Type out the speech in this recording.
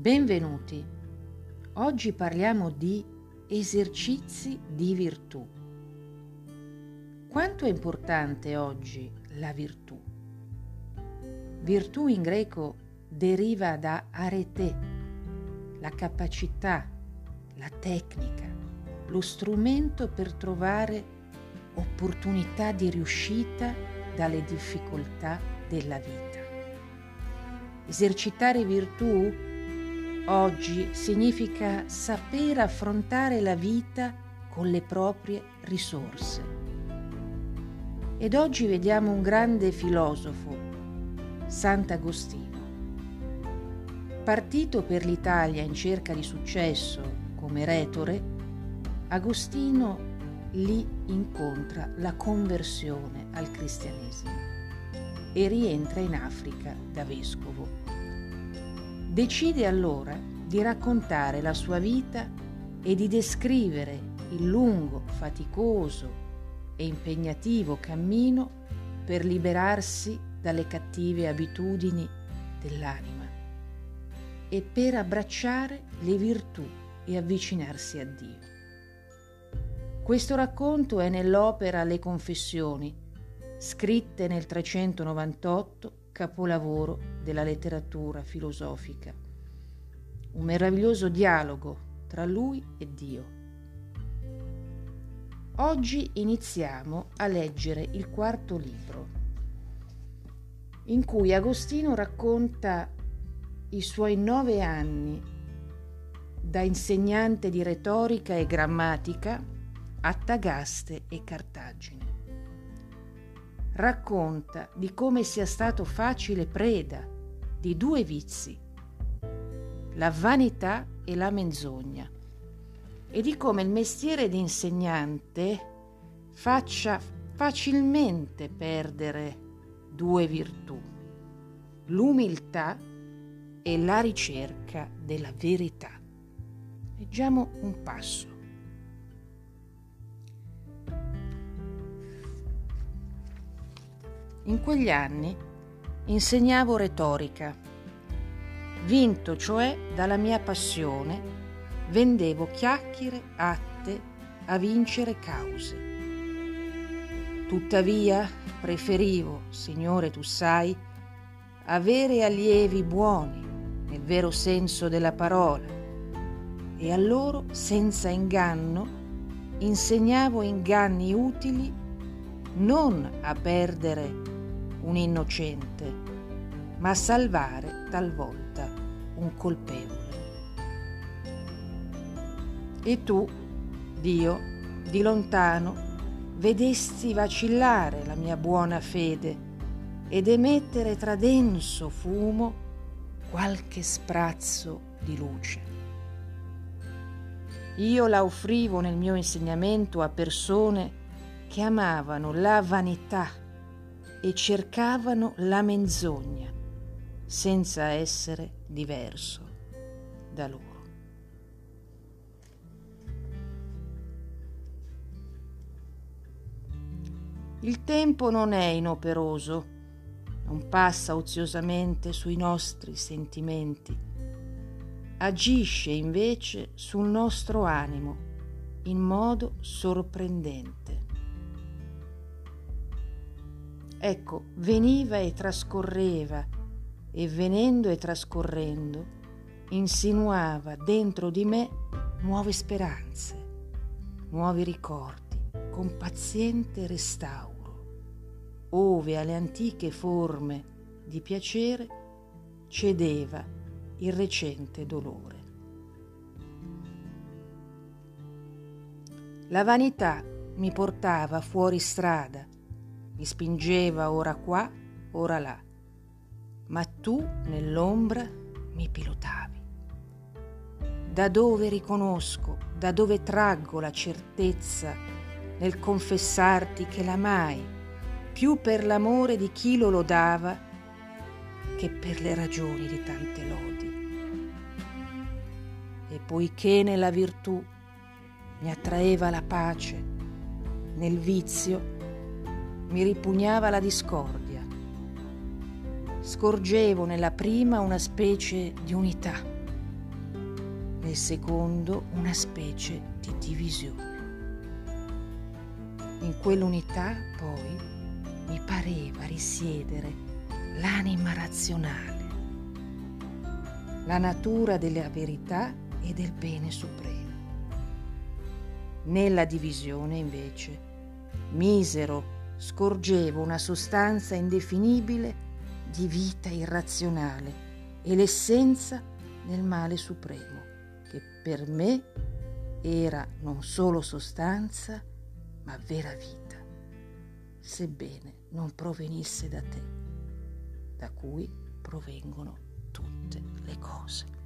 Benvenuti. Oggi parliamo di esercizi di virtù. Quanto è importante oggi la virtù? Virtù in greco deriva da arete, la capacità, la tecnica, lo strumento per trovare opportunità di riuscita dalle difficoltà della vita. Esercitare virtù oggi significa saper affrontare la vita con le proprie risorse. Ed oggi vediamo un grande filosofo, Sant'Agostino. Partito per l'Italia in cerca di successo come retore, Agostino lì incontra la conversione al cristianesimo e rientra in Africa da vescovo. Decide allora di raccontare la sua vita e di descrivere il lungo, faticoso e impegnativo cammino per liberarsi dalle cattive abitudini dell'anima e per abbracciare le virtù e avvicinarsi a Dio. Questo racconto è nell'opera Le Confessioni, scritte nel 398, capolavoro della letteratura filosofica. Un meraviglioso dialogo tra lui e Dio. Oggi iniziamo a leggere il quarto libro, in cui Agostino racconta i suoi 9 anni da insegnante di retorica e grammatica a Tagaste e Cartagine. Racconta di come sia stato facile preda di 2 vizi, la vanità e la menzogna, e di come il mestiere di insegnante faccia facilmente perdere 2 virtù, l'umiltà e la ricerca della verità. Leggiamo un passo. In quegli anni insegnavo retorica. Vinto cioè dalla mia passione, vendevo chiacchiere atte a vincere cause. Tuttavia preferivo, Signore tu sai, avere allievi buoni nel vero senso della parola, e a loro senza inganno insegnavo inganni utili non a perdere un innocente, ma a salvare talvolta un colpevole. E tu, Dio, di lontano, vedesti vacillare la mia buona fede ed emettere tra denso fumo qualche sprazzo di luce. Io la offrivo nel mio insegnamento a persone che amavano la vanità e cercavano la menzogna senza essere diverso da loro. Il tempo non è inoperoso, non passa oziosamente sui nostri sentimenti, agisce invece sul nostro animo in modo sorprendente. Ecco, veniva e trascorreva, e venendo e trascorrendo, insinuava dentro di me nuove speranze, nuovi ricordi, con paziente restauro, ove alle antiche forme di piacere cedeva il recente dolore. La vanità mi portava fuori strada, mi spingeva ora qua, ora là, ma tu nell'ombra mi pilotavi. Da dove riconosco, da dove traggo la certezza nel confessarti che l'amai più per l'amore di chi lo lodava che per le ragioni di tante lodi. E poiché nella virtù mi attraeva la pace, nel vizio mi ripugnava la discordia, scorgevo nella prima una specie di unità nel secondo una specie di divisione. In quell'unità poi mi pareva risiedere l'anima razionale, la natura della verità e del bene supremo. Nella divisione, invece, misero, scorgevo una sostanza indefinibile di vita irrazionale e l'essenza del male supremo, che per me era non solo sostanza, ma vera vita, sebbene non provenisse da te, da cui provengono tutte le cose.